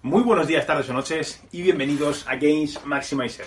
Muy buenos días, tardes o noches y bienvenidos a Games Maximizer.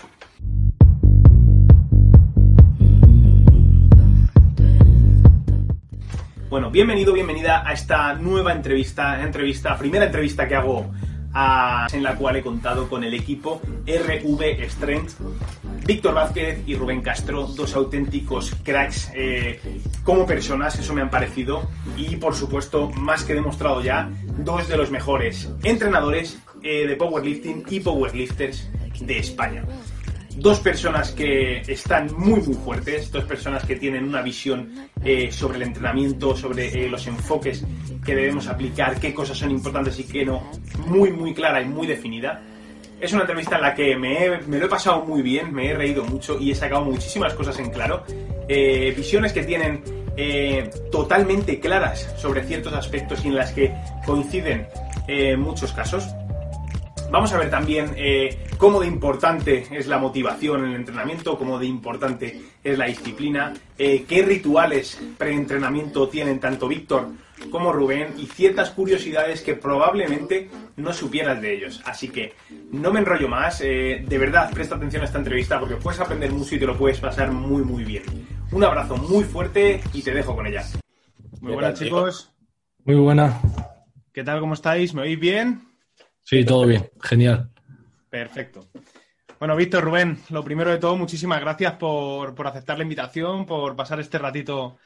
Bueno, bienvenida a esta nueva primera entrevista que hago en la cual he contado con el equipo RV Strength, Víctor Vázquez y Rubén Castro, dos auténticos cracks como personas, eso me han parecido, y por supuesto, más que demostrado ya, dos de los mejores entrenadores de powerlifting y powerlifters de España. Dos personas que están muy fuertes, dos personas que tienen una visión sobre el entrenamiento, sobre los enfoques que debemos aplicar, qué cosas son importantes y qué no, muy clara y muy definida. Es una entrevista en la que me lo he pasado muy bien, me he reído mucho y he sacado muchísimas cosas en claro. Visiones que tienen totalmente claras sobre ciertos aspectos y en las que coinciden muchos casos. Vamos a ver también cómo de importante es la motivación en el entrenamiento, cómo de importante es la disciplina, qué rituales preentrenamiento tienen tanto Víctor como Rubén y ciertas curiosidades que probablemente no supieras de ellos. Así que no me enrollo más, de verdad presta atención a esta entrevista porque puedes aprender mucho y te lo puedes pasar muy bien. Un abrazo muy fuerte y te dejo con ella. Muy buenas, chicos. Muy buenas. ¿Qué tal? ¿Cómo estáis? ¿Me oís bien? Sí, todo bien. Genial. Perfecto. Bueno, Víctor, Rubén, lo primero de todo, muchísimas gracias por aceptar la invitación, por pasar este ratito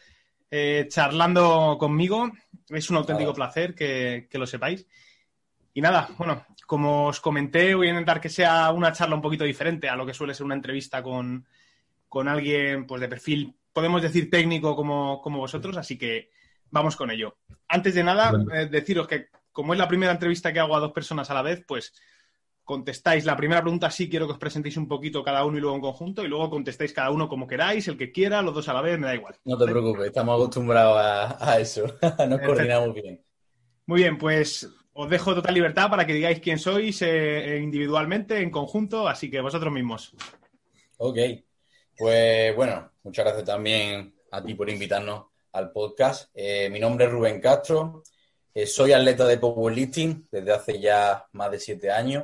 charlando conmigo. Es un auténtico placer que lo sepáis. Y nada, bueno, como os comenté, voy a intentar que sea una charla un poquito diferente a lo que suele ser una entrevista con alguien pues de perfil, podemos decir técnico como vosotros, así que vamos con ello. Antes de nada, deciros que como es la primera entrevista que hago a dos personas a la vez, pues contestáis la primera pregunta, sí quiero que os presentéis un poquito cada uno y luego en conjunto, y luego contestáis cada uno como queráis, el que quiera, los dos a la vez, me da igual. No te preocupes, estamos acostumbrados a eso, nos Perfecto. Coordinamos bien. Muy bien, pues os dejo total libertad para que digáis quién sois individualmente, en conjunto, así que vosotros mismos. Ok, pues bueno, muchas gracias también a ti por invitarnos al podcast. Mi nombre es Rubén Castro. Soy atleta de powerlifting desde hace ya más de 7 años.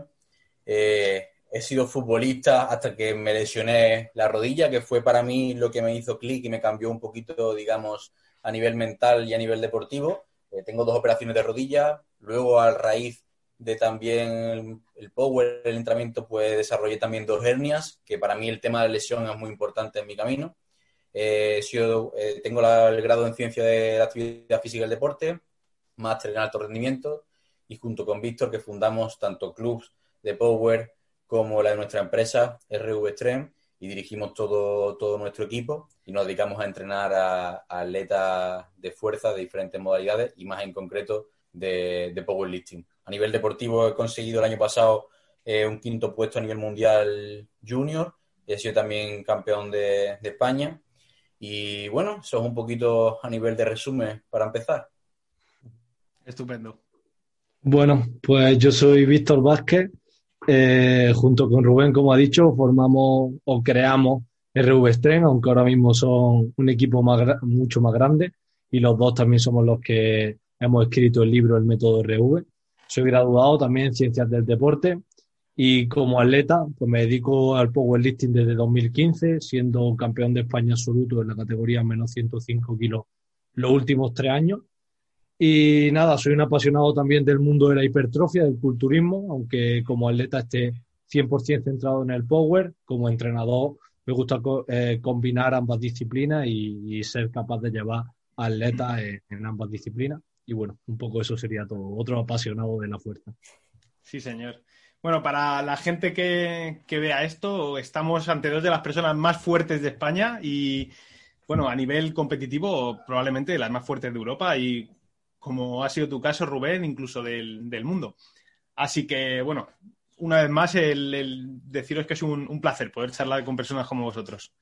He sido futbolista hasta que me lesioné la rodilla, que fue para mí lo que me hizo clic y me cambió un poquito, digamos, a nivel mental y a nivel deportivo. Tengo 2 operaciones de rodilla. Luego, a raíz de también el power, el entrenamiento, pues desarrollé también 2 hernias, que para mí el tema de lesión es muy importante en mi camino. Tengo el grado en Ciencia de la Actividad Física y el Deporte, máster en alto rendimiento, y junto con Víctor que fundamos tanto clubs de power como la de nuestra empresa RV Strength y dirigimos todo nuestro equipo y nos dedicamos a entrenar a atletas de fuerza de diferentes modalidades y más en concreto de powerlifting. A nivel deportivo he conseguido el año pasado un 5º puesto a nivel mundial junior, he sido también campeón de España y bueno, eso es un poquito a nivel de resumen para empezar. Estupendo. Bueno, pues yo soy Víctor Vázquez. Junto con Rubén, como ha dicho, formamos o creamos RV Strength, aunque ahora mismo son un equipo mucho más grande y los dos también somos los que hemos escrito el libro El Método RV. Soy graduado también en Ciencias del Deporte y como atleta pues me dedico al powerlifting desde 2015, siendo campeón de España absoluto en la categoría menos 105 kilos los últimos 3 años. Y nada, soy un apasionado también del mundo de la hipertrofia, del culturismo, aunque como atleta esté 100% centrado en el power, como entrenador me gusta combinar ambas disciplinas y ser capaz de llevar a atletas en ambas disciplinas. Y bueno, un poco eso sería todo. Otro apasionado de la fuerza. Sí, señor. Bueno, para la gente que vea esto, estamos ante 2 de las personas más fuertes de España y, bueno, a nivel competitivo, probablemente las más fuertes de Europa y, como ha sido tu caso, Rubén, incluso del mundo. Así que, bueno, una vez más, el deciros que es un placer poder charlar con personas como vosotros.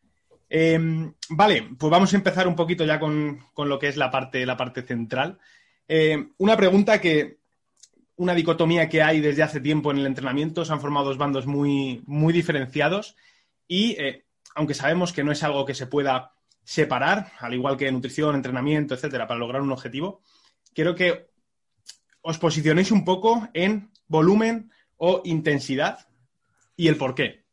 Vale, pues vamos a empezar un poquito ya con lo que es la parte central. Una pregunta una dicotomía que hay desde hace tiempo en el entrenamiento, se han formado 2 bandos muy diferenciados y, aunque sabemos que no es algo que se pueda separar, al igual que nutrición, entrenamiento, etcétera, para lograr un objetivo, quiero que os posicionéis un poco en volumen o intensidad y el por qué?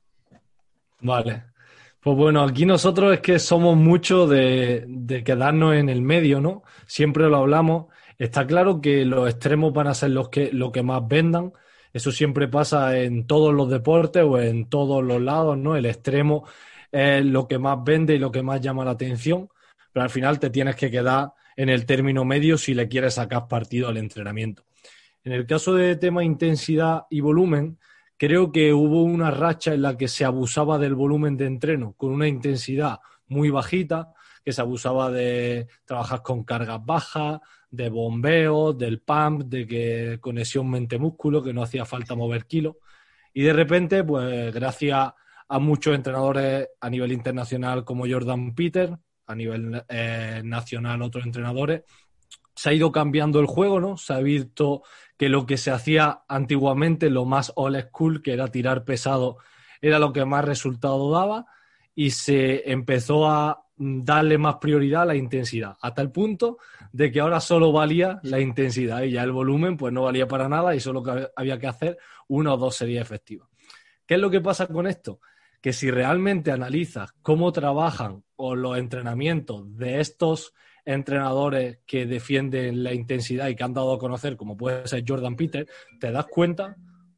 Vale. Pues bueno, aquí nosotros es que somos mucho de quedarnos en el medio, ¿no? Siempre lo hablamos. Está claro que los extremos van a ser lo que más vendan. Eso siempre pasa en todos los deportes o en todos los lados, ¿no? El extremo es lo que más vende y lo que más llama la atención, pero al final te tienes que quedar en el término medio si le quieres sacar partido al entrenamiento. En el caso de tema intensidad y volumen, creo que hubo una racha en la que se abusaba del volumen de entreno con una intensidad muy bajita, que se abusaba de trabajar con cargas bajas, de bombeo, del pump, de que conexión mente-músculo, que no hacía falta mover kilos. Y de repente, pues gracias a muchos entrenadores a nivel internacional como Jordan Peter, a nivel nacional otros entrenadores, se ha ido cambiando el juego, ¿no? Se ha visto que lo que se hacía antiguamente, lo más old school, que era tirar pesado, era lo que más resultado daba y se empezó a darle más prioridad a la intensidad, hasta el punto de que ahora solo valía la intensidad y ya el volumen pues no valía para nada y solo había que hacer una o dos series efectivas. ¿Qué es lo que pasa con esto? Que si realmente analizas cómo trabajan o los entrenamientos de estos entrenadores que defienden la intensidad y que han dado a conocer, como puede ser Jordan Peter, te das cuenta,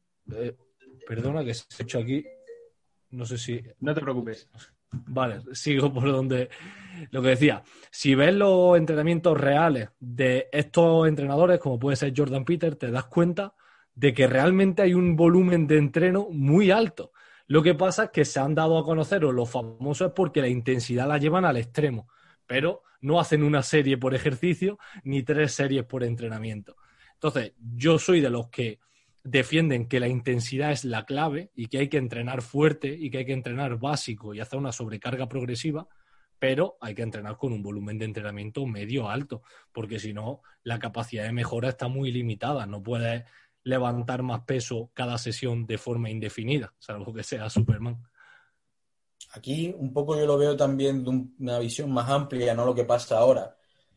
perdona que se ha hecho aquí, no sé si... No te preocupes. Vale, sigo por donde... Lo que decía, si ves los entrenamientos reales de estos entrenadores, como puede ser Jordan Peter, te das cuenta de que realmente hay un volumen de entreno muy alto. Lo que pasa es que se han dado a conocer, o lo famoso es porque la intensidad la llevan al extremo, pero no hacen una serie por ejercicio ni 3 series por entrenamiento. Entonces, yo soy de los que defienden que la intensidad es la clave y que hay que entrenar fuerte y que hay que entrenar básico y hacer una sobrecarga progresiva, pero hay que entrenar con un volumen de entrenamiento medio alto, porque si no, la capacidad de mejora está muy limitada. No puedes levantar más peso cada sesión de forma indefinida, salvo que sea Superman. Aquí un poco yo lo veo también de una visión más amplia, no lo que pasa ahora.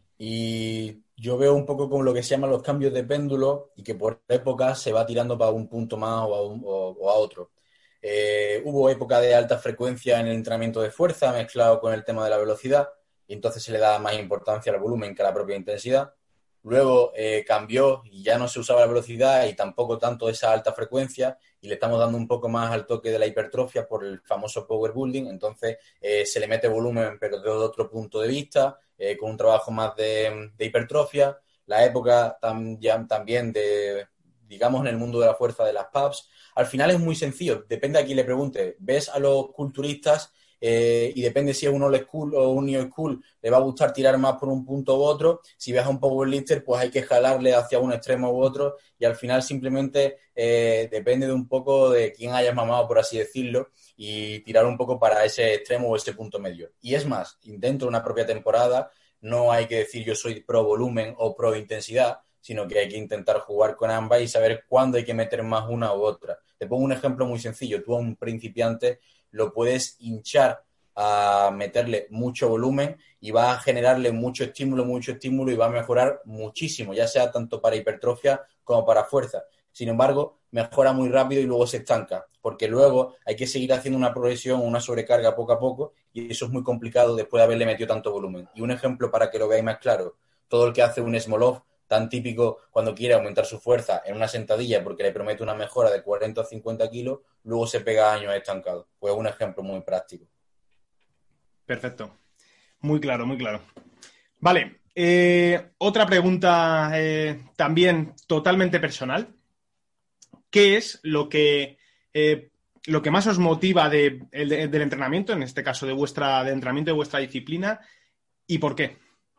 Y yo veo un poco como lo que se llaman los cambios de péndulo y que por épocas se va tirando para un punto más o a otro. Hubo época de alta frecuencia en el entrenamiento de fuerza mezclado con el tema de la velocidad y entonces se le da más importancia al volumen que a la propia intensidad. Luego cambió y ya no se usaba la velocidad y tampoco tanto esa alta frecuencia y le estamos dando un poco más al toque de la hipertrofia por el famoso power building. Entonces se le mete volumen pero desde otro punto de vista, con un trabajo más de hipertrofia. La época también de, digamos, en el mundo de la fuerza de las PAPs. Al final es muy sencillo, depende a quién le pregunte. Ves a los culturistas y depende si es un old school o un new school, le va a gustar tirar más por un punto u otro. Si ves a un powerlifter, pues hay que jalarle hacia un extremo u otro y al final simplemente depende de un poco de quién hayas mamado, por así decirlo, y tirar un poco para ese extremo o ese punto medio. Y es más, dentro de una propia temporada no hay que decir yo soy pro volumen o pro intensidad, sino que hay que intentar jugar con ambas y saber cuándo hay que meter más una u otra. Te pongo un ejemplo muy sencillo. Tú a un principiante lo puedes hinchar a meterle mucho volumen y va a generarle mucho estímulo y va a mejorar muchísimo, ya sea tanto para hipertrofia como para fuerza. Sin embargo, mejora muy rápido y luego se estanca, porque luego hay que seguir haciendo una progresión, una sobrecarga poco a poco y eso es muy complicado después de haberle metido tanto volumen. Y un ejemplo para que lo veáis más claro, todo el que hace un small off, tan típico cuando quiere aumentar su fuerza en una sentadilla porque le promete una mejora de 40 o 50 kilos, luego se pega años estancado. Pues un ejemplo muy práctico. Perfecto. Muy claro, muy claro. Vale. Otra pregunta también totalmente personal. ¿Qué es lo que más os motiva del entrenamiento, en este caso del entrenamiento de vuestra disciplina, y por qué?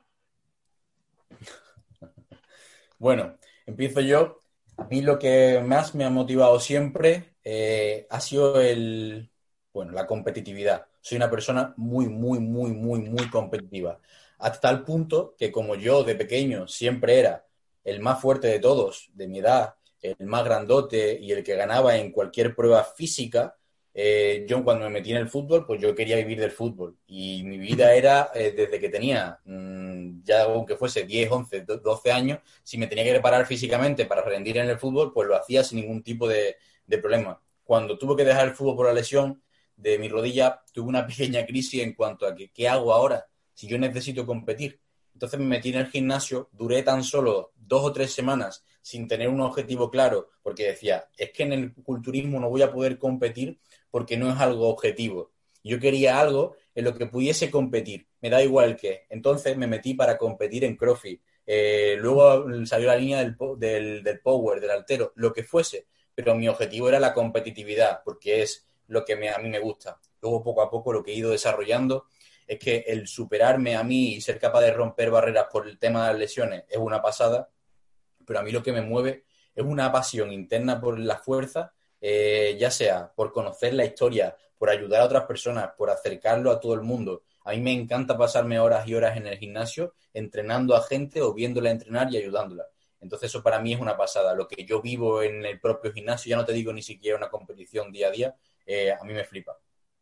Bueno, empiezo yo. A mí lo que más me ha motivado siempre ha sido la competitividad. Soy una persona muy, muy, muy, muy, muy competitiva. Hasta tal punto que como yo de pequeño siempre era el más fuerte de todos, de mi edad, el más grandote y el que ganaba en cualquier prueba física, Yo cuando me metí en el fútbol, pues yo quería vivir del fútbol y mi vida era desde que tenía, ya aunque fuese 10, 11, 12 años, si me tenía que preparar físicamente para rendir en el fútbol, pues lo hacía sin ningún tipo de problema. Cuando tuve que dejar el fútbol por la lesión de mi rodilla, tuve una pequeña crisis en cuanto a que, ¿qué hago ahora si yo necesito competir? Entonces me metí en el gimnasio, duré tan solo 2 o 3 semanas sin tener un objetivo claro, porque decía, es que en el culturismo no voy a poder competir porque no es algo objetivo. Yo quería algo en lo que pudiese competir, me da igual qué. Entonces me metí para competir en CrossFit. Luego salió la línea del power, del haltero, lo que fuese, pero mi objetivo era la competitividad, porque es lo que a mí me gusta. Luego, poco a poco, lo que he ido desarrollando es que el superarme a mí y ser capaz de romper barreras por el tema de las lesiones es una pasada, pero a mí lo que me mueve es una pasión interna por la fuerza, ya sea por conocer la historia, por ayudar a otras personas, por acercarlo a todo el mundo. A mí me encanta pasarme horas y horas en el gimnasio entrenando a gente o viéndola entrenar y ayudándola. Entonces eso para mí es una pasada. Lo que yo vivo en el propio gimnasio, ya no te digo ni siquiera una competición día a día, a mí me flipa.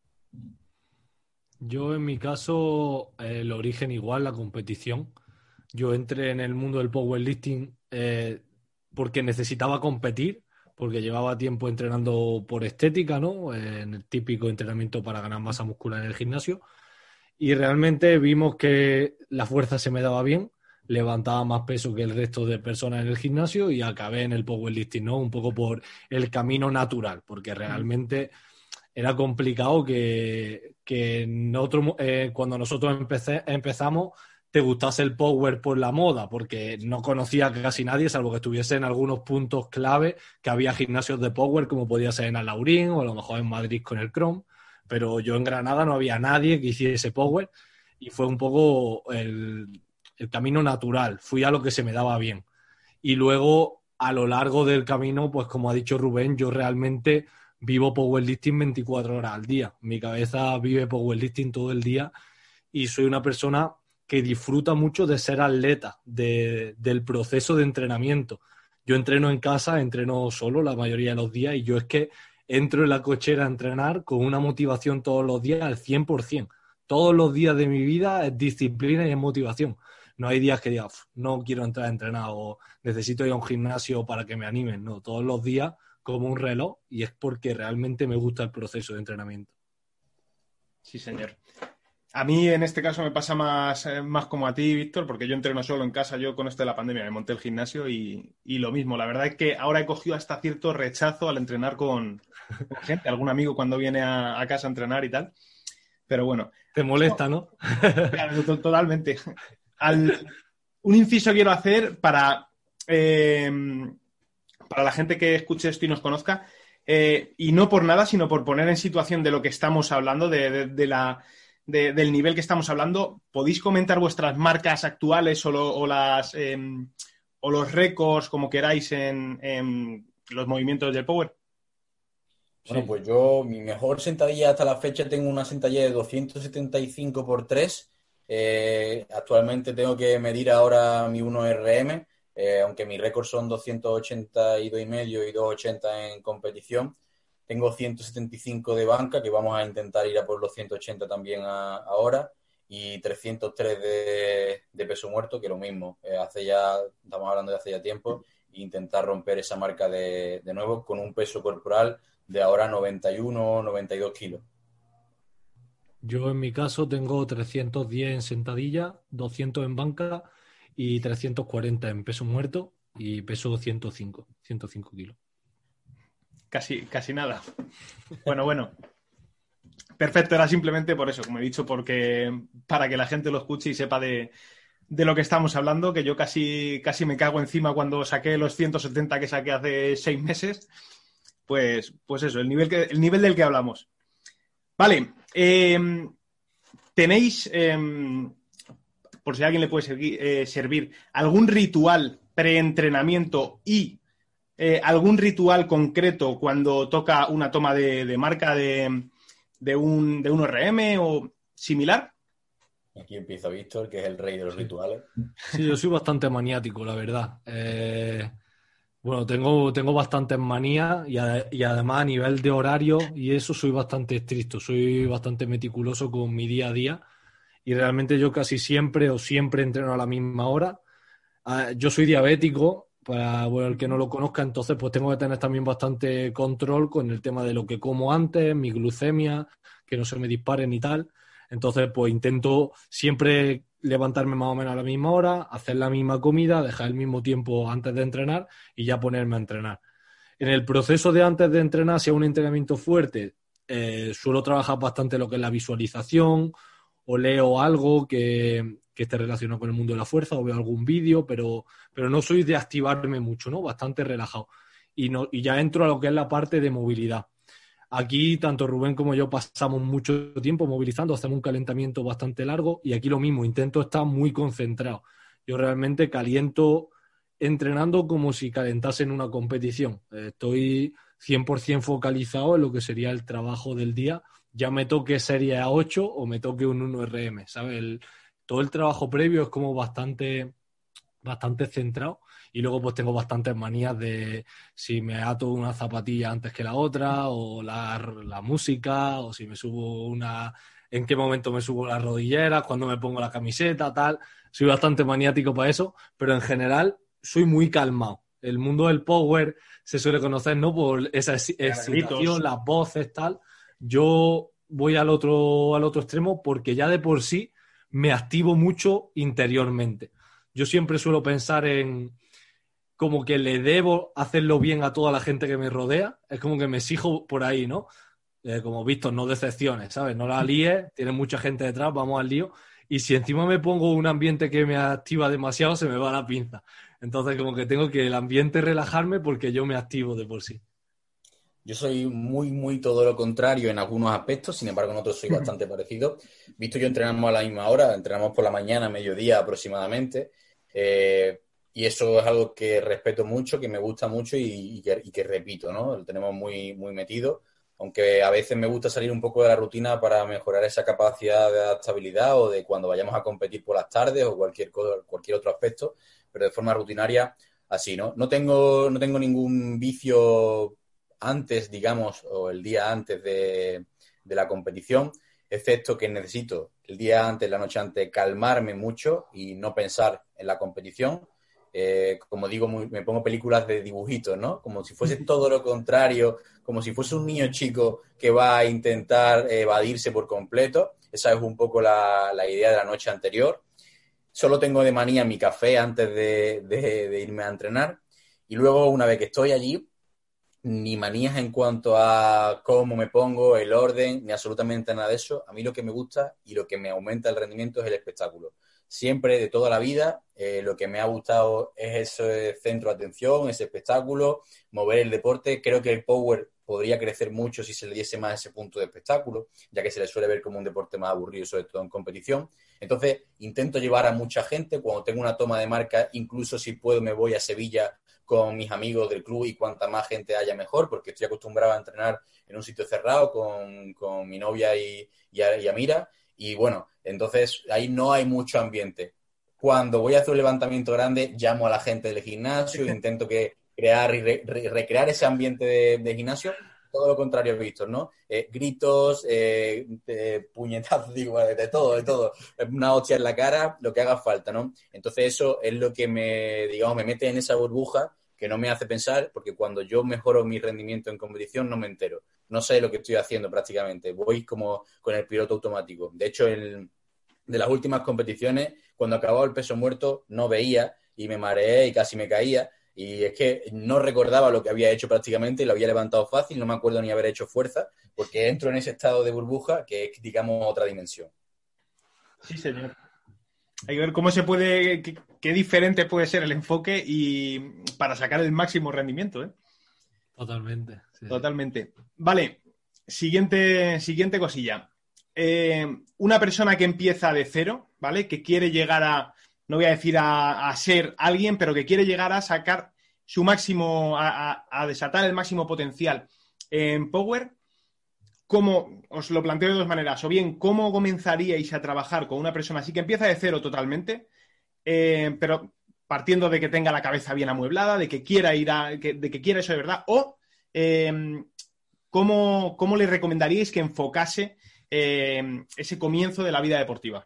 Yo en mi caso, el origen igual, la competición. Yo entré en el mundo del powerlifting porque necesitaba competir, porque llevaba tiempo entrenando por estética, ¿no? En el típico entrenamiento para ganar masa muscular en el gimnasio. Y realmente vimos que la fuerza se me daba bien, levantaba más peso que el resto de personas en el gimnasio y acabé en el powerlifting, ¿no? Un poco por el camino natural, porque realmente era complicado que cuando nosotros empezamos te gustase el power por la moda, porque no conocía a casi nadie, salvo que estuviese en algunos puntos clave, que había gimnasios de power, como podía ser en Alaurín o a lo mejor en Madrid con el Chrome, pero yo en Granada no había nadie que hiciese power y fue un poco el camino natural, fui a lo que se me daba bien. Y luego, a lo largo del camino, pues como ha dicho Rubén, yo realmente vivo powerlifting 24 horas al día. Mi cabeza vive powerlifting todo el día y soy una persona que disfruta mucho de ser atleta, del proceso de entrenamiento. Yo entreno en casa, entreno solo la mayoría de los días y yo es que entro en la cochera a entrenar con una motivación todos los días al 100%. Todos los días de mi vida es disciplina y es motivación. No hay días que diga, no quiero entrar a entrenar o necesito ir a un gimnasio para que me animen. No, todos los días como un reloj y es porque realmente me gusta el proceso de entrenamiento. Sí, señor. A mí en este caso me pasa más como a ti, Víctor, porque yo entreno solo en casa. Yo con esto de la pandemia me monté el gimnasio y lo mismo. La verdad es que ahora he cogido hasta cierto rechazo al entrenar con gente, algún amigo cuando viene a casa a entrenar y tal. Pero bueno. Te molesta, ¿no? Claro, totalmente. Un inciso quiero hacer para la gente que escuche esto y nos conozca, y no por nada, sino por poner en situación de lo que estamos hablando, del nivel que estamos hablando. ¿Podéis comentar vuestras marcas actuales o los récords, como queráis, en los movimientos del Power? Bueno, Sí. pues yo, mi mejor sentadilla hasta la fecha, tengo una sentadilla de 275 por 3. Actualmente tengo que medir ahora mi 1RM, aunque mis récords son 282 y medio y 280 en competición. Tengo 175 de banca, que vamos a intentar ir a por los 180 también ahora, y 303 de peso muerto, que lo mismo. Estamos hablando de hace ya tiempo, e intentar romper esa marca de nuevo con un peso corporal de ahora 91, 92 kilos. Yo en mi caso tengo 310 en sentadilla, 200 en banca y 340 en peso muerto y peso 105 kilos. Casi nada. Bueno. Perfecto, era simplemente por eso, como he dicho, porque para que la gente lo escuche y sepa de lo que estamos hablando, que yo casi me cago encima cuando saqué los 170 que saqué hace 6 meses. Pues eso, el nivel del que hablamos. Vale, ¿tenéis, por si a alguien le puede servir, algún ritual preentrenamiento y algún ritual concreto cuando toca una toma de marca de un RM o similar? Aquí empieza Víctor, que es el rey de los rituales. Sí, yo soy bastante maniático, la verdad. Bueno, tengo bastantes manías y además a nivel de horario y eso soy bastante estricto, soy bastante meticuloso con mi día a día y realmente yo casi siempre o siempre entreno a la misma hora. Yo soy diabético, para bueno, el que no lo conozca, entonces pues tengo que tener también bastante control con el tema de lo que como antes, mi glucemia, que no se me disparen y tal. Entonces pues intento siempre levantarme más o menos a la misma hora, hacer la misma comida, dejar el mismo tiempo antes de entrenar y ya ponerme a entrenar. En el proceso de antes de entrenar, si es un entrenamiento fuerte, suelo trabajar bastante lo que es la visualización o leo algo que esté relacionado con el mundo de la fuerza o veo algún vídeo, pero no soy de activarme mucho, ¿no? Bastante relajado. Y ya entro a lo que es la parte de movilidad. Aquí tanto Rubén como yo pasamos mucho tiempo movilizando, hacemos un calentamiento bastante largo y aquí lo mismo, intento estar muy concentrado. Yo realmente caliento entrenando como si calentase en una competición. Estoy 100% focalizado en lo que sería el trabajo del día, ya me toque serie A8 o me toque un 1RM, ¿sabes? Todo el trabajo previo es como bastante centrado y luego pues tengo bastantes manías de si me ato una zapatilla antes que la otra o la música o si me subo en qué momento me subo las rodilleras, cuando me pongo la camiseta, tal. Soy bastante maniático para eso, pero en general soy muy calmado. El mundo del power se suele conocer, ¿no? Por esa excitación, las voces, tal. Yo voy al otro extremo porque ya de por sí me activo mucho interiormente. Yo siempre suelo pensar en como que le debo hacerlo bien a toda la gente que me rodea. Es como que me exijo por ahí, ¿no? Como visto, no decepciones, ¿sabes? No la líes, tiene mucha gente detrás, vamos al lío. Y si encima me pongo un ambiente que me activa demasiado, se me va la pinza. Entonces, como que tengo que el ambiente relajarme porque yo me activo de por sí. Yo soy muy, muy todo lo contrario en algunos aspectos, sin embargo en otros soy bastante parecido. Visto yo entrenamos a la misma hora, entrenamos por la mañana, mediodía aproximadamente, y eso es algo que respeto mucho, que me gusta mucho y que repito, ¿no? Lo tenemos muy, muy metido, aunque a veces me gusta salir un poco de la rutina para mejorar esa capacidad de adaptabilidad o de cuando vayamos a competir por las tardes o cualquier otro aspecto, pero de forma rutinaria así, ¿no? No tengo ningún vicio antes, digamos, o el día antes de la competición, excepto que necesito el día antes, la noche antes, calmarme mucho y no pensar en la competición. Como digo, me pongo películas de dibujitos, ¿no? Como si fuese todo lo contrario, como si fuese un niño chico que va a intentar evadirse por completo. Esa es un poco la idea de la noche anterior. Solo tengo de manía mi café antes de irme a entrenar. Y luego, una vez que estoy allí, ni manías en cuanto a cómo me pongo, el orden, ni absolutamente nada de eso. A mí lo que me gusta y lo que me aumenta el rendimiento es el espectáculo. Siempre, de toda la vida, lo que me ha gustado es ese centro de atención, ese espectáculo, mover el deporte. Creo que el power podría crecer mucho si se le diese más ese punto de espectáculo, ya que se le suele ver como un deporte más aburrido, sobre todo en competición. Entonces, intento llevar a mucha gente. Cuando tengo una toma de marca, incluso si puedo, me voy a Sevilla con mis amigos del club y cuanta más gente haya mejor, porque estoy acostumbrado a entrenar en un sitio cerrado con mi novia y Amira, y bueno, entonces ahí no hay mucho ambiente. Cuando voy a hacer un levantamiento grande, llamo a la gente del gimnasio, intento crear y recrear ese ambiente de gimnasio. Todo lo contrario, Víctor, ¿no? Gritos, puñetazos, digo, de todo. Una hostia en la cara, lo que haga falta, ¿no? Entonces eso es lo que me mete en esa burbuja que no me hace pensar, porque cuando yo mejoro mi rendimiento en competición no me entero. No sé lo que estoy haciendo prácticamente. Voy como con el piloto automático. De hecho, de las últimas competiciones, cuando acababa el peso muerto, no veía y me mareé y casi me caía. Y es que no recordaba lo que había hecho prácticamente y lo había levantado fácil, no me acuerdo ni haber hecho fuerza, porque entro en ese estado de burbuja que es, digamos, otra dimensión. Sí, señor. Hay que ver cómo se puede, qué diferente puede ser el enfoque y para sacar el máximo rendimiento, ¿eh? Totalmente. Sí. Totalmente. Vale, siguiente cosilla. Una persona que empieza de cero, ¿vale? Que quiere llegar no voy a decir a ser alguien, pero que quiere llegar a sacar su máximo, a desatar el máximo potencial en Power. ¿Cómo? Os lo planteo de dos maneras. O bien, ¿cómo comenzaríais a trabajar con una persona así que empieza de cero totalmente? Pero partiendo de que tenga la cabeza bien amueblada, de que quiera de que quiera eso de verdad, o ¿cómo le recomendaríais que enfocase ese comienzo de la vida deportiva?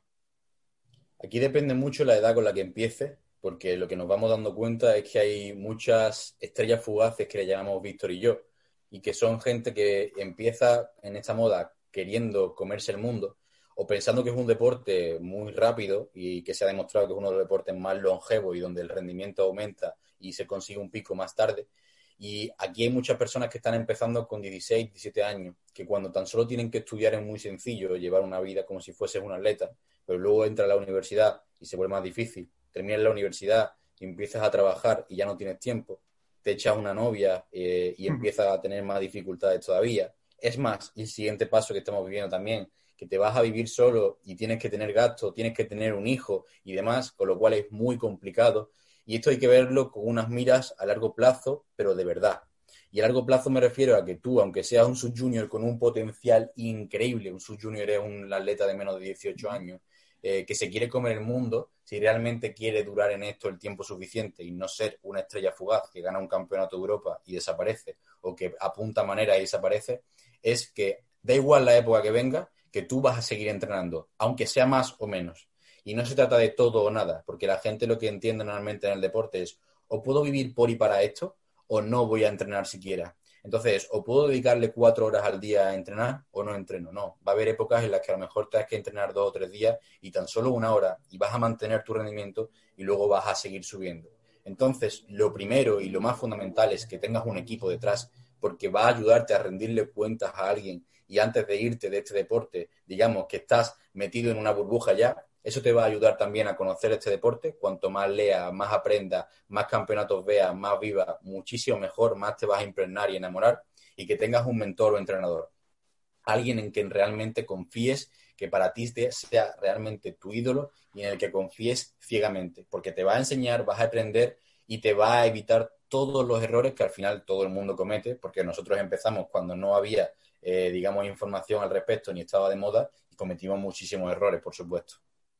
Aquí depende mucho la edad con la que empiece, porque lo que nos vamos dando cuenta es que hay muchas estrellas fugaces que le llamamos Víctor y yo, y que son gente que empieza en esta moda queriendo comerse el mundo o pensando que es un deporte muy rápido y que se ha demostrado que es uno de los deportes más longevos y donde el rendimiento aumenta y se consigue un pico más tarde. Y aquí hay muchas personas que están empezando con 16, 17 años, que cuando tan solo tienen que estudiar es muy sencillo, llevar una vida como si fueses un atleta, pero luego entra a la universidad y se vuelve más difícil. Terminas la universidad y empiezas a trabajar y ya no tienes tiempo. Te echas una novia y empiezas a tener más dificultades todavía. Es más, el siguiente paso que estamos viviendo también, que te vas a vivir solo y tienes que tener gastos, tienes que tener un hijo y demás, con lo cual es muy complicado. Y esto hay que verlo con unas miras a largo plazo, pero de verdad. Y a largo plazo me refiero a que tú, aunque seas un subjunior con un potencial increíble, un subjunior es un atleta de menos de 18 años, que se quiere comer el mundo, si realmente quiere durar en esto el tiempo suficiente y no ser una estrella fugaz que gana un campeonato de Europa y desaparece, o que apunta manera y desaparece, es que da igual la época que venga, que tú vas a seguir entrenando, aunque sea más o menos. Y no se trata de todo o nada, porque la gente lo que entiende normalmente en el deporte es o puedo vivir por y para esto o no voy a entrenar siquiera. Entonces, o puedo dedicarle 4 horas al día a entrenar o no entreno. No, va a haber épocas en las que a lo mejor tengas que entrenar 2 o 3 días y tan solo 1 hora y vas a mantener tu rendimiento y luego vas a seguir subiendo. Entonces, lo primero y lo más fundamental es que tengas un equipo detrás porque va a ayudarte a rendirle cuentas a alguien y antes de irte de este deporte, digamos que estás metido en una burbuja ya, eso te va a ayudar también a conocer este deporte. Cuanto más leas, más aprendas, más campeonatos veas, más vivas, muchísimo mejor, más te vas a impregnar y enamorar y que tengas un mentor o entrenador. Alguien en quien realmente confíes, que para ti sea realmente tu ídolo y en el que confíes ciegamente, porque te va a enseñar, vas a aprender y te va a evitar todos los errores que al final todo el mundo comete, porque nosotros empezamos cuando no había, digamos, información al respecto ni estaba de moda y cometimos muchísimos errores, por supuesto.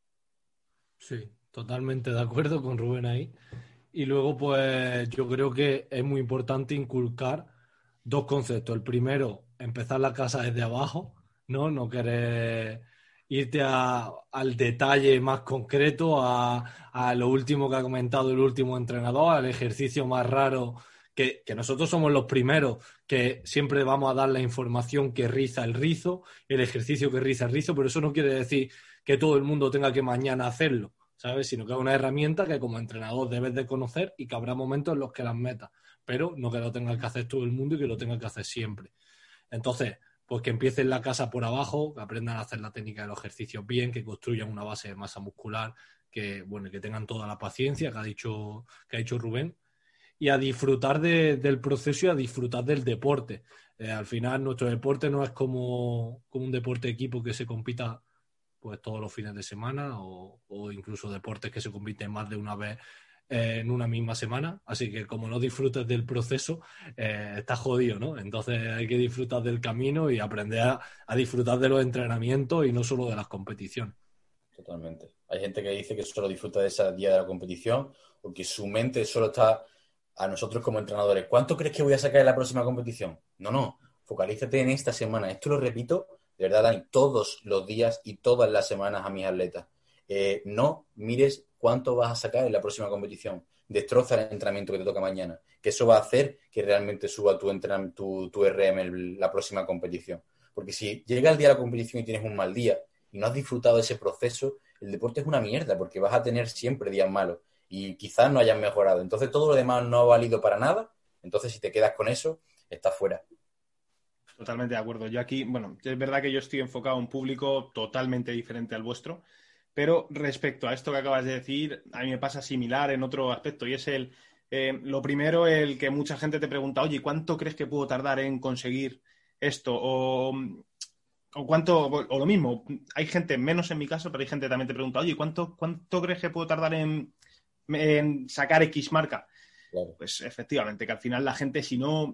Sí, totalmente de acuerdo con Rubén ahí. Y luego, pues yo creo que es muy importante inculcar 2 conceptos. El primero, empezar la casa desde abajo, ¿no? No querer irte al detalle más concreto, a lo último que ha comentado el último entrenador, al ejercicio más raro, que nosotros somos los primeros que siempre vamos a dar la información que riza el rizo, el ejercicio que riza el rizo, pero eso no quiere decir que todo el mundo tenga que mañana hacerlo, ¿sabes? Sino que es una herramienta que como entrenador debes de conocer y que habrá momentos en los que las metas, pero no que lo tenga que hacer todo el mundo y que lo tenga que hacer siempre. Entonces, pues que empiecen la casa por abajo, que aprendan a hacer la técnica de los ejercicios bien, que construyan una base de masa muscular, que, bueno, que tengan toda la paciencia que ha dicho Rubén, y a disfrutar del proceso y a disfrutar del deporte. Al final, nuestro deporte no es como un deporte de equipo que se compita pues todos los fines de semana o incluso deportes que se compiten más de una vez en una misma semana. Así que como no disfrutes del proceso, estás jodido, ¿no? Entonces hay que disfrutar del camino y aprender a disfrutar de los entrenamientos y no solo de las competiciones. Totalmente. Hay gente que dice que solo disfruta de ese día de la competición o que su mente solo está a nosotros como entrenadores. ¿Cuánto crees que voy a sacar en la próxima competición? No. Focalízate en esta semana. Esto lo repito, de verdad, Dani, todos los días y todas las semanas a mis atletas. No mires cuánto vas a sacar en la próxima competición. Destroza el entrenamiento que te toca mañana, que eso va a hacer que realmente suba tu RM en la próxima competición. Porque si llega el día de la competición y tienes un mal día y no has disfrutado de ese proceso, el deporte es una mierda, porque vas a tener siempre días malos y quizás no hayas mejorado. Entonces todo lo demás no ha valido para nada. Entonces si te quedas con eso, estás fuera. Totalmente de acuerdo. Yo aquí, bueno, es verdad que yo estoy enfocado a un público totalmente diferente al vuestro, pero respecto a esto que acabas de decir, a mí me pasa similar en otro aspecto y es lo primero, el que mucha gente te pregunta, oye, ¿cuánto crees que puedo tardar en conseguir esto? O cuánto, o lo mismo, hay gente, menos en mi caso, pero hay gente que también te pregunta, oye, ¿cuánto crees que puedo tardar en sacar X marca? Claro. Pues efectivamente, que al final la gente, si no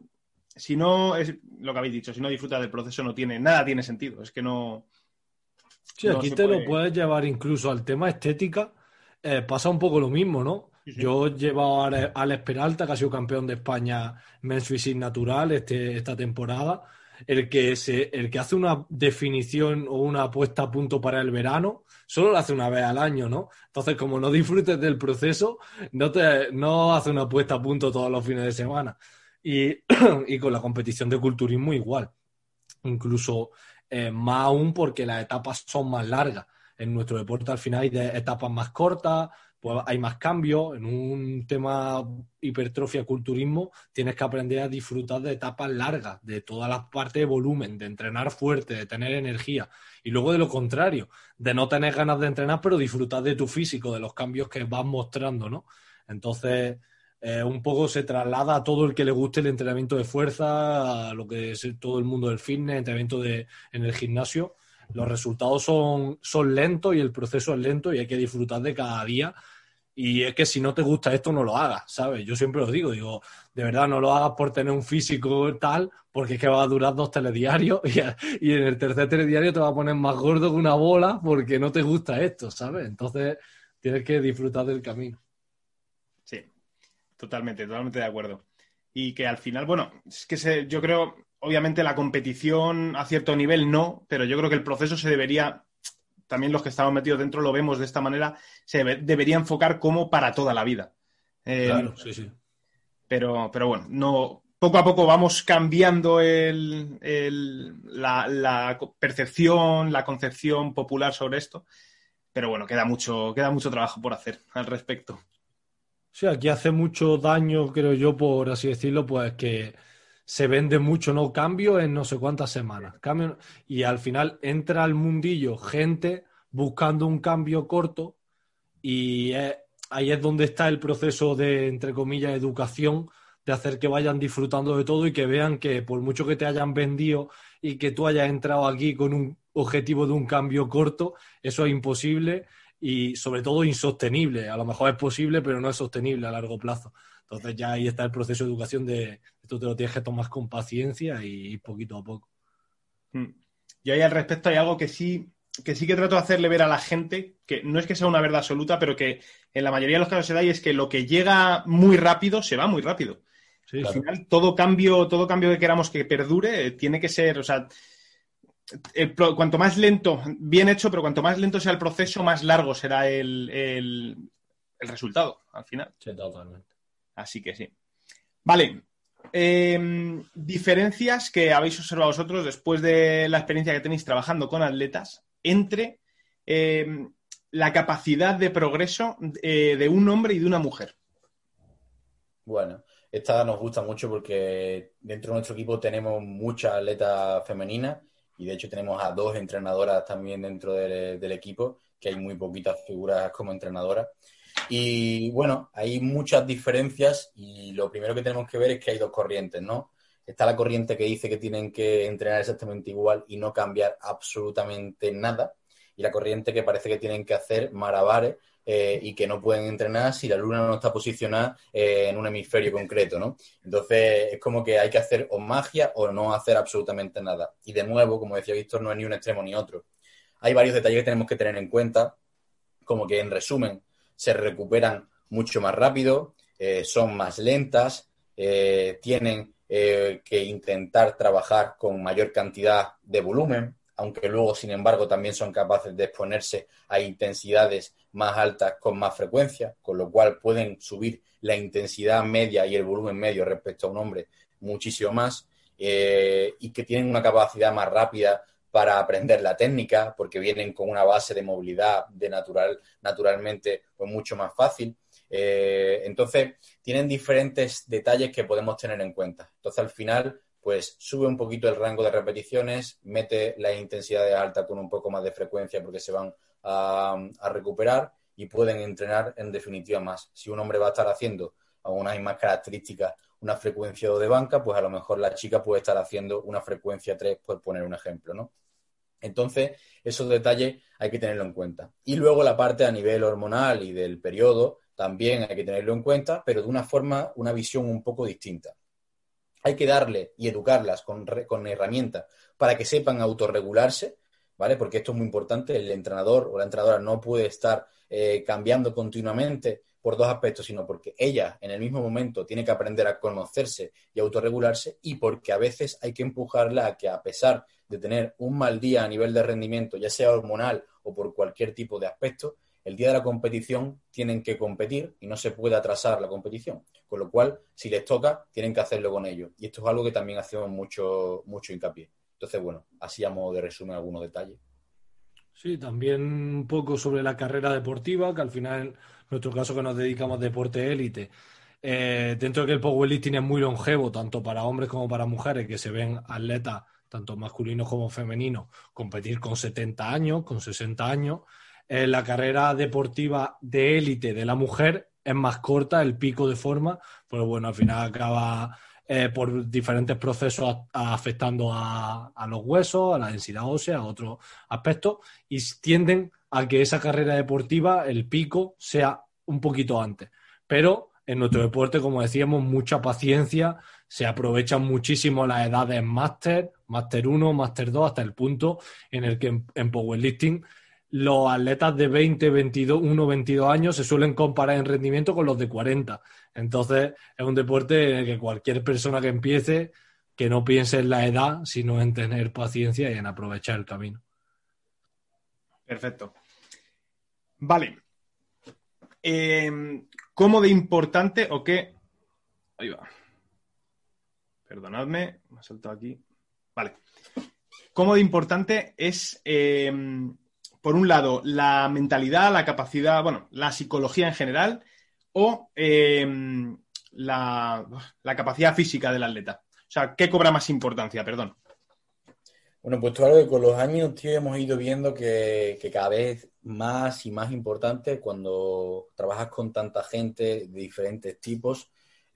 es lo que habéis dicho, si no disfruta del proceso, nada tiene sentido. Es que no. Sí, no aquí se te puede... lo puedes llevar incluso al tema estética. Pasa un poco lo mismo, ¿no? Sí, sí. Yo llevo a Alex Peralta, que ha sido campeón de España Men's Physique Natural esta temporada, el que hace una definición o una puesta a punto para el verano, solo lo hace una vez al año, ¿no? Entonces, como no disfrutes del proceso, no hace una puesta a punto todos los fines de semana. Y, y con la competición de culturismo igual. Incluso más aún porque las etapas son más largas. En nuestro deporte al final hay etapas más cortas, pues hay más cambios. En un tema hipertrofia, culturismo, tienes que aprender a disfrutar de etapas largas, de todas las partes de volumen, de entrenar fuerte, de tener energía. Y luego de lo contrario, de no tener ganas de entrenar, pero disfrutar de tu físico, de los cambios que vas mostrando, ¿no? Entonces, un poco se traslada a todo el que le guste el entrenamiento de fuerza, a lo que es todo el mundo del fitness, en el gimnasio. Los resultados son lentos y el proceso es lento y hay que disfrutar de cada día. Y es que si no te gusta esto, no lo hagas, ¿sabes? Yo siempre lo digo, de verdad, no lo hagas por tener un físico tal, porque es que va a durar 2 telediarios y en el tercer telediario te va a poner más gordo que una bola porque no te gusta esto, ¿sabes? Entonces tienes que disfrutar del camino. Sí, totalmente, totalmente de acuerdo. Y que al final, bueno, es que yo creo, obviamente la competición a cierto nivel no, pero yo creo que el proceso se debería, también los que estamos metidos dentro lo vemos de esta manera, debería enfocar como para toda la vida. Claro, sí, sí. Pero bueno, no, poco a poco vamos cambiando la percepción, la concepción popular sobre esto. Pero bueno, queda mucho trabajo por hacer al respecto. Sí, aquí hace mucho daño, creo yo, por así decirlo, pues que se vende mucho, ¿no? Cambio en no sé cuántas semanas. Cambio, y al final entra al mundillo gente buscando un cambio corto y ahí es donde está el proceso de, entre comillas, educación, de hacer que vayan disfrutando de todo y que vean que por mucho que te hayan vendido y que tú hayas entrado aquí con un objetivo de un cambio corto, eso es imposible y sobre todo insostenible. A lo mejor es posible, pero no es sostenible a largo plazo. Entonces ya ahí está el proceso de educación de esto te lo tienes que tomar con paciencia y poquito a poco. Mm. Yo ahí al respecto hay algo que sí que trato de hacerle ver a la gente, que no es que sea una verdad absoluta, pero que en la mayoría de los casos se da y es que lo que llega muy rápido se va muy rápido. Sí, Al sí. final, todo cambio que queramos que perdure, tiene que ser, o sea, cuanto más lento, bien hecho, pero cuanto más lento sea el proceso, más largo será el resultado al final. Sí, totalmente. Así que sí. Vale. Diferencias que habéis observado vosotros después de la experiencia que tenéis trabajando con atletas entre la capacidad de progreso de un hombre y de una mujer. Bueno, esta nos gusta mucho porque dentro de nuestro equipo tenemos muchas atletas femeninas y de hecho tenemos a 2 entrenadoras también dentro del equipo, que hay muy poquitas figuras como entrenadoras. Y bueno, hay muchas diferencias y lo primero que tenemos que ver es que hay 2 corrientes, ¿no? Está la corriente que dice que tienen que entrenar exactamente igual y no cambiar absolutamente nada, y la corriente que parece que tienen que hacer malabares y que no pueden entrenar si la luna no está posicionada en un hemisferio concreto, ¿no? Entonces es como que hay que hacer o magia o no hacer absolutamente nada. Y de nuevo, como decía Víctor, no es ni un extremo ni otro. Hay varios detalles que tenemos que tener en cuenta, como que en resumen se recuperan mucho más rápido, son más lentas, tienen que intentar trabajar con mayor cantidad de volumen, aunque luego, sin embargo, también son capaces de exponerse a intensidades más altas con más frecuencia, con lo cual pueden subir la intensidad media y el volumen medio respecto a un hombre muchísimo más, y que tienen una capacidad más rápida para aprender la técnica, porque vienen con una base de movilidad naturalmente pues mucho más fácil. Entonces, tienen diferentes detalles que podemos tener en cuenta. Entonces, al final, pues sube un poquito el rango de repeticiones, mete las intensidades altas con un poco más de frecuencia porque se van a recuperar y pueden entrenar en definitiva más. Si un hombre va a estar haciendo a unas mismas características una frecuencia 2 de banca, pues a lo mejor la chica puede estar haciendo una frecuencia 3, por poner un ejemplo, ¿no? Entonces, esos detalles hay que tenerlo en cuenta. Y luego la parte a nivel hormonal y del periodo también hay que tenerlo en cuenta, pero de una forma, una visión un poco distinta. Hay que darle y educarlas con herramientas para que sepan autorregularse, ¿vale? Porque esto es muy importante. El entrenador o la entrenadora no puede estar cambiando continuamente por dos aspectos, sino porque ella en el mismo momento tiene que aprender a conocerse y autorregularse, y porque a veces hay que empujarla a que, a pesar de tener un mal día a nivel de rendimiento, ya sea hormonal o por cualquier tipo de aspecto, el día de la competición tienen que competir y no se puede atrasar la competición. Con lo cual, si les toca, tienen que hacerlo con ellos. Y esto es algo que también hacemos mucho hincapié. Entonces, bueno, así a modo de resumen algunos detalles. Sí, también un poco sobre la carrera deportiva, que al final, en nuestro caso que nos dedicamos a deporte élite, dentro de que el powerlifting es muy longevo, tanto para hombres como para mujeres, que se ven atletas, tanto masculinos como femeninos, competir con 70 años, con 60 años, la carrera deportiva de élite de la mujer es más corta, el pico de forma, pero bueno, al final acaba por diferentes procesos afectando a los huesos, a la densidad ósea, a otros aspectos, y tienden a que esa carrera deportiva, el pico, sea un poquito antes. Pero en nuestro deporte, como decíamos, mucha paciencia, se aprovechan muchísimo las edades máster 1, máster 2, hasta el punto en el que en powerlifting los atletas de 20, 22, 22 años se suelen comparar en rendimiento con los de 40. Entonces, es un deporte en el que cualquier persona que empiece, que no piense en la edad, sino en tener paciencia y en aprovechar el camino. Perfecto. Vale. ¿Cómo de importante o qué? Ahí va. Perdonadme, me ha saltado aquí. Vale. ¿Cómo de importante es, por un lado, la mentalidad, la capacidad, bueno, la psicología en general, o la capacidad física del atleta? O sea, ¿qué cobra más importancia? Perdón. Bueno, pues claro que con los años, tío, hemos ido viendo que cada vez más y más importante cuando trabajas con tanta gente de diferentes tipos,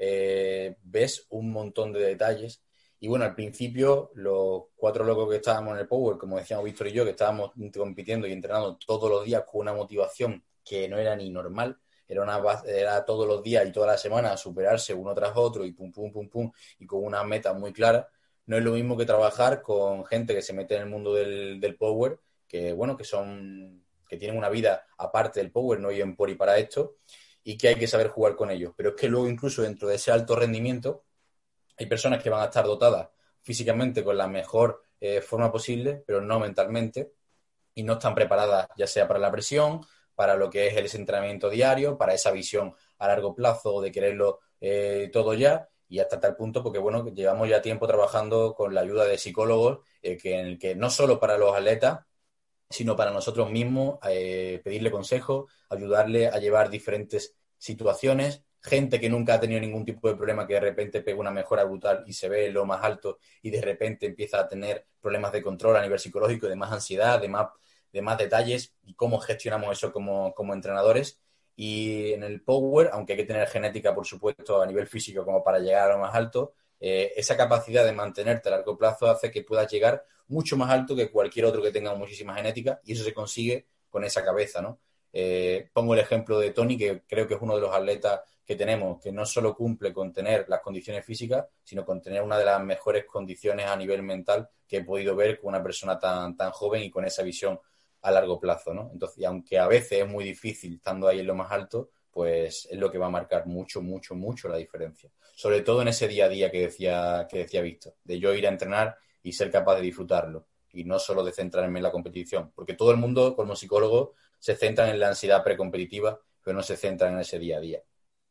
ves un montón de detalles. Y bueno, al principio, los 4 locos que estábamos en el Power, como decíamos Víctor y yo, que estábamos compitiendo y entrenando todos los días con una motivación que no era ni normal, era todos los días y toda la semana superarse uno tras otro y pum, pum, pum, pum, y con una meta muy clara. No es lo mismo que trabajar con gente que se mete en el mundo del Power, que bueno, que tienen una vida aparte del Power, no viven por y para esto, y que hay que saber jugar con ellos. Pero es que luego, incluso dentro de ese alto rendimiento, hay personas que van a estar dotadas físicamente con la mejor forma posible, pero no mentalmente, y no están preparadas ya sea para la presión, para lo que es el entrenamiento diario, para esa visión a largo plazo de quererlo todo ya, y hasta tal punto porque bueno, llevamos ya tiempo trabajando con la ayuda de psicólogos, en el que no solo para los atletas, sino para nosotros mismos, pedirle consejo, ayudarle a llevar diferentes situaciones, gente que nunca ha tenido ningún tipo de problema, que de repente pega una mejora brutal y se ve lo más alto y de repente empieza a tener problemas de control a nivel psicológico, de más ansiedad, de más detalles, y cómo gestionamos eso como entrenadores. Y en el Power, aunque hay que tener genética, por supuesto, a nivel físico como para llegar a lo más alto, esa capacidad de mantenerte a largo plazo hace que puedas llegar mucho más alto que cualquier otro que tenga muchísima genética, y eso se consigue con esa cabeza, ¿no? Pongo el ejemplo de Tony, que creo que es uno de los atletas que tenemos, que no solo cumple con tener las condiciones físicas, sino con tener una de las mejores condiciones a nivel mental que he podido ver con una persona tan joven y con esa visión a largo plazo, ¿no? Entonces, aunque a veces es muy difícil estando ahí en lo más alto, pues es lo que va a marcar mucho la diferencia. Sobre todo en ese día a día que decía Víctor, de yo ir a entrenar y ser capaz de disfrutarlo, y no solo de centrarme en la competición, porque todo el mundo, como psicólogo, se centra en la ansiedad precompetitiva, pero no se centra en ese día a día.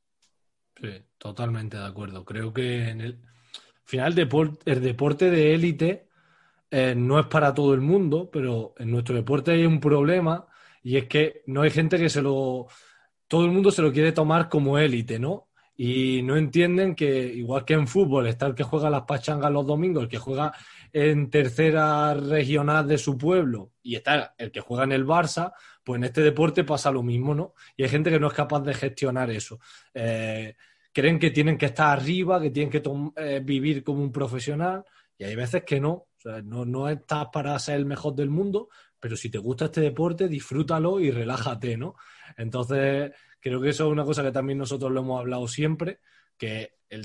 Sí, totalmente de acuerdo. Creo que en el final el deporte de élite no es para todo el mundo, pero en nuestro deporte hay un problema, y es que no hay gente que todo el mundo se lo quiere tomar como élite, ¿no? Y no entienden que, igual que en fútbol, está el que juega las pachangas los domingos, el que juega en tercera regional de su pueblo, y está el que juega en el Barça, pues en este deporte pasa lo mismo, ¿no? Y hay gente que no es capaz de gestionar eso. Creen que tienen que estar arriba, que tienen que vivir como un profesional, y hay veces que no. O sea, no estás para ser el mejor del mundo, pero si te gusta este deporte, disfrútalo y relájate, ¿no? Entonces, creo que eso es una cosa que también nosotros lo hemos hablado siempre, que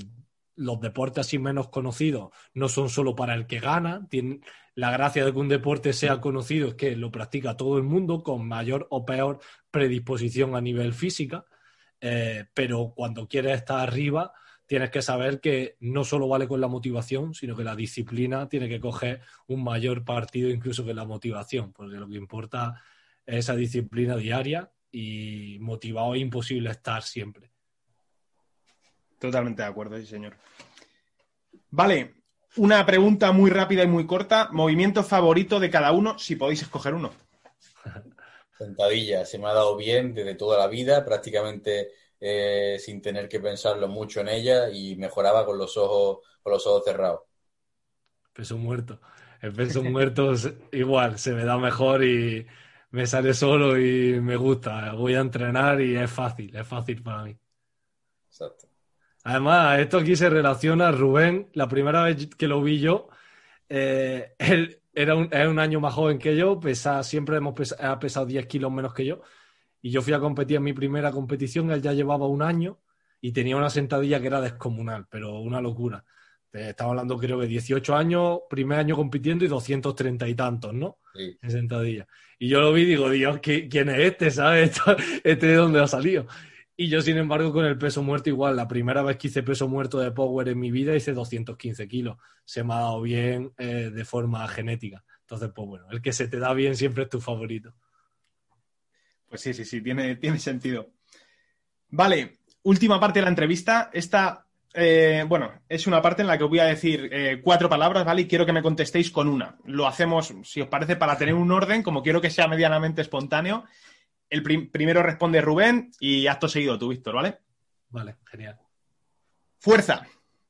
los deportes así menos conocidos no son solo para el que gana. La gracia de que un deporte sea conocido es que lo practica todo el mundo con mayor o peor predisposición a nivel física, pero cuando quieres estar arriba tienes que saber que no solo vale con la motivación, sino que la disciplina tiene que coger un mayor partido incluso que la motivación, porque lo que importa es esa disciplina diaria y motivado es imposible estar siempre. Totalmente de acuerdo, sí, señor. Vale, una pregunta muy rápida y muy corta. ¿Movimiento favorito de cada uno, si podéis escoger uno? Sentadilla, se me ha dado bien desde toda la vida, prácticamente sin tener que pensarlo mucho en ella y mejoraba con los ojos cerrados. Peso muerto. El peso muerto igual, se me da mejor y me sale solo y me gusta. Voy a entrenar y es fácil para mí. Exacto. Además, esto aquí se relaciona a Rubén. La primera vez que lo vi yo, él es un año más joven que yo, ha pesado 10 kilos menos que yo. Y yo fui a competir en mi primera competición, él ya llevaba un año y tenía una sentadilla que era descomunal, pero una locura. Estaba hablando creo que 18 años, primer año compitiendo y 230 y tantos, ¿no? Sí. En sentadilla. Y yo lo vi y digo, Dios, ¿quién es este? ¿Sabes? ¿Este de dónde ha salido? Y yo, sin embargo, con el peso muerto igual. La primera vez que hice peso muerto de power en mi vida hice 215 kilos. Se me ha dado bien de forma genética. Entonces, pues bueno, el que se te da bien siempre es tu favorito. Pues sí, tiene sentido. Vale, última parte de la entrevista. Esta, es una parte en la que os voy a decir 4 palabras, ¿vale? Y quiero que me contestéis con una. Lo hacemos, si os parece, para tener un orden, como quiero que sea medianamente espontáneo. El primero responde Rubén y acto seguido tú, Víctor, ¿vale? Vale, genial. Fuerza.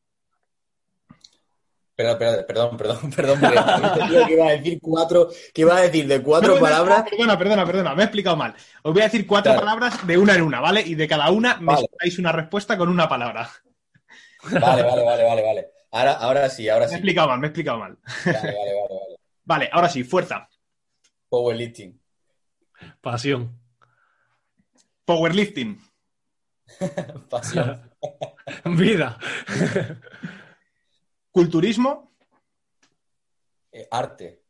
Perdón, porque que iba a decir 4, que iba a decir de 4 palabras. Perdona, me he explicado mal. Os voy a decir 4 palabras de una en una, ¿vale? Y de cada una me dais una respuesta con una palabra. Vale. Ahora sí. Me he explicado mal. Vale. Vale, ahora sí, fuerza. Powerlifting. Pasión. Powerlifting. Pasión. Vida. Culturismo. Arte.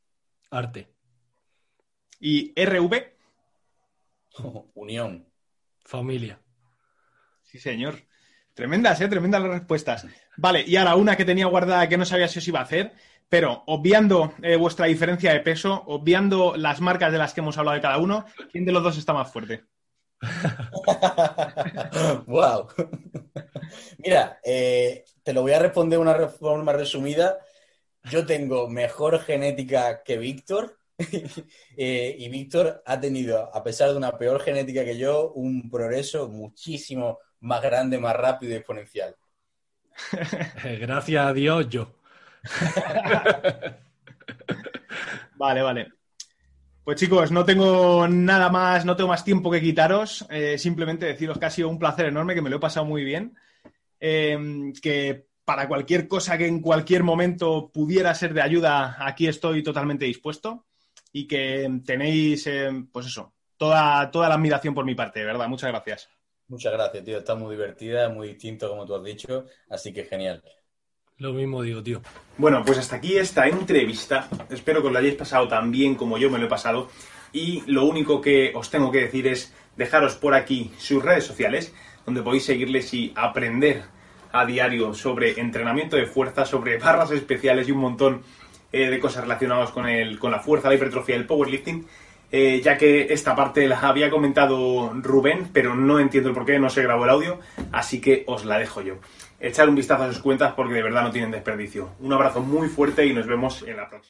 Y RV. Unión. Familia. Sí, señor. Tremendas las respuestas. Vale, y ahora una que tenía guardada que no sabía si os iba a hacer, pero obviando vuestra diferencia de peso, obviando las marcas de las que hemos hablado de cada uno, ¿quién de los dos está más fuerte? Wow. Mira, te lo voy a responder de una forma resumida. Yo tengo mejor genética que Víctor y Víctor ha tenido, a pesar de una peor genética que yo, un progreso muchísimo más grande, más rápido y exponencial. Gracias a Dios, yo. Vale. Pues chicos, no tengo nada más, no tengo más tiempo que quitaros. Simplemente deciros que ha sido un placer enorme, que me lo he pasado muy bien. Que para cualquier cosa que en cualquier momento pudiera ser de ayuda, aquí estoy totalmente dispuesto. Y que tenéis, toda la admiración por mi parte, de verdad. Muchas gracias. Muchas gracias, tío. Está muy divertida, muy distinto, como tú has dicho. Así que genial. Lo mismo digo, tío. Bueno, pues hasta aquí esta entrevista. Espero que os lo hayáis pasado tan bien como yo me lo he pasado. Y lo único que os tengo que decir es dejaros por aquí sus redes sociales, donde podéis seguirles y aprender a diario sobre entrenamiento de fuerza, sobre barras especiales y un montón de cosas relacionadas con la fuerza, la hipertrofia y el powerlifting. Ya que esta parte la había comentado Rubén, pero no entiendo el por qué, no se grabó el audio, así que os la dejo yo. Echar un vistazo a sus cuentas porque de verdad no tienen desperdicio. Un abrazo muy fuerte y nos vemos en la próxima.